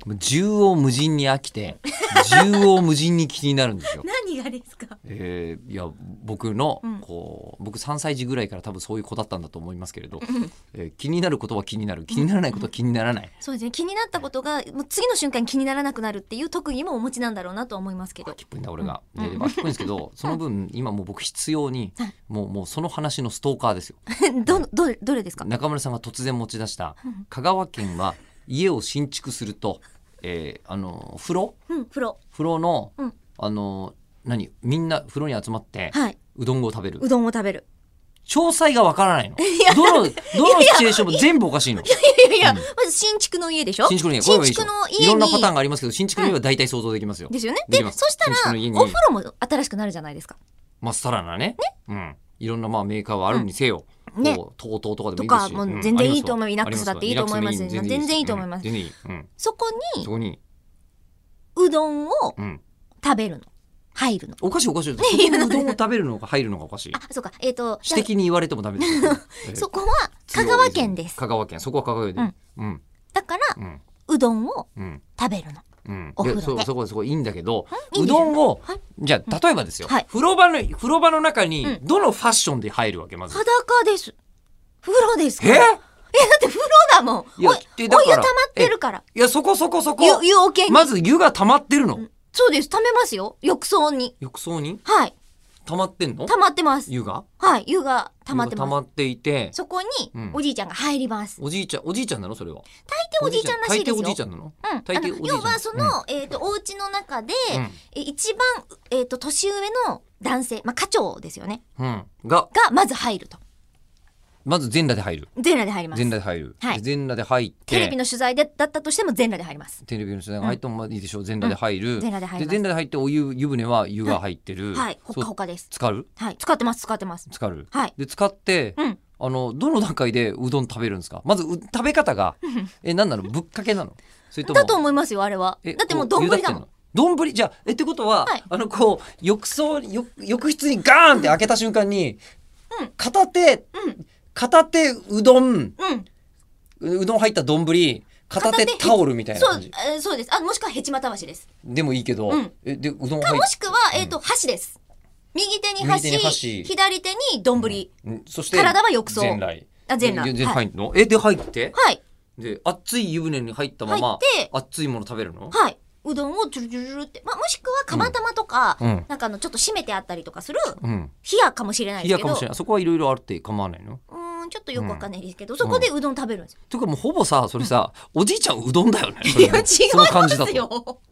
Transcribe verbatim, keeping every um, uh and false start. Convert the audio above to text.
もう縦横無尽に飽きて縦横無尽に気になるんですよ。 何がですか？ えー、いや僕のうんこう僕さんさい児ぐらいから多分そういう子だったんだと思いますけれど、えー気になることは気になる、気にならないことは気にならない。 そうですね、気になったことがもう次の瞬間気にならなくなるっていう特技もお持ちなんだろうなと思いますけど。 秋っぽいんだ俺が、 うんで秋っぽいんですけど、その分今もう僕必要にはいもうもうその話のストーカーですよ。 どどれどれですか？ 中村さんが突然持ち出したうん香川県は家を新築すると、えーあの風呂うん、風呂。 風呂の、 うんあの何みんな風呂に集まってはい、 うどんを食べる。 うどんを食べる。 詳細がわからないの。 やどのどのシチュエーションも全部おかしいの。 いやいや、 うんまず新築の家でしょ。 新築の家、これはいいでしょ。 新築の家にいろんなパターンがありますけど、新築の家は大体想像できますよ。 ですよね。でできますそしたら新築の家にお風呂も新しくなるじゃないですか。 まあさらなね、うん、いろんなまあメーカーはあるにせよ、 うんねこう トートー とかでともいいですし、 かもう全然いいと思う。 んイナックスだっていいと思います。 ありよ全然いいと思います。 全然いい、うん、 そこにそこに、 うどんをうん、 食べるの。入るの。 おかしいおかしい。そこにうどんを食べるのが入るのがおかしい。 あ、そうか。えっ、と、 指摘に言われてもダメですよ。えーそこは香川県です。 香川県、そこは香川県で、うん、 だからうん、 うどんをうん。 食べるの。 うん、 お風呂でそそこそこいいんだけど、 いいんですようどんを、 はいじゃあ例えばですよ、 はい風呂場の風呂場の中にうんどのファッションで入るわけまず。 裸です。風呂ですかえら。え、だって風呂だもん。 いやおいでだからお湯溜まってるから。 いやそこそこそこ湯、湯桶に。 まず湯が溜まってるの、 うんそうです。溜めますよ。浴槽に。 浴槽にはい。 溜まってんの溜まってます。 湯がはい。湯が溜まってます。 湯が溜まっていて、 そこにうんおじいちゃんが入ります。 おじいちゃんおじいちゃんなのそれは。 大抵おじいちゃんらしいですよ。 大抵おじいちゃんなの。 うん、 大抵おじいちゃんあの要はその、えっ、とお家の中で、え一番えっ、と年上の男性、まあ課長ですよね。 うん、うん、ががまず入ると。 まず全裸で入る。 全裸で入ります。 全裸で入る。 はいで全裸で入ってテレビの取材でだったとしても全裸で入ります。 テレビの取材が入ってもまあいいでしょう。全裸で入る。 全裸で入ります。 全裸で入ってお湯湯船は湯が入ってる。 はい。ほそうかほかです。 浸かる？ はい。使ってます使ってます。 浸かる。 はい。 で使って、 うん。 あのどの段階でうどん食べるんですか。まずう食べ方がえ何なの？ぶっかけなの？それともだと思いますよあれは。 えだってもうこ丼だもん。 湯ってんの。丼じゃあえってことは、 はいあのこう浴槽浴浴室にガーンって開けた瞬間に、 うん片手うん片手うどんうん。 ううどん入った丼片手片手タオルみたいなそう感じ、 えーそうです。あもしくはヘチマたわしです。 でもいいけど、 うんえでうどんか入っもしくはえっ、と箸です。右手に箸、 右手に箸左手に丼。 うんそして体は浴槽全裸あ全裸。 全然はい。 入んの、えで入ってはい。 で熱い湯船に入ったまま入って熱いもの食べるの、 はい。うどんをチュルチュルチュルって、まあ、もしくは釜玉とか、 うんなんかあのちょっと締めてあったりとかするうん、 冷やかもしれないですけど、 冷やかもしれない。そこはいろいろあって構わないの。 うーんちょっとよくわかんないですけど、そこでうどん食べるんですよ。 というかもうほぼさそれさ、おじいちゃんうどんだよね。それいや違いその感じだとますよ。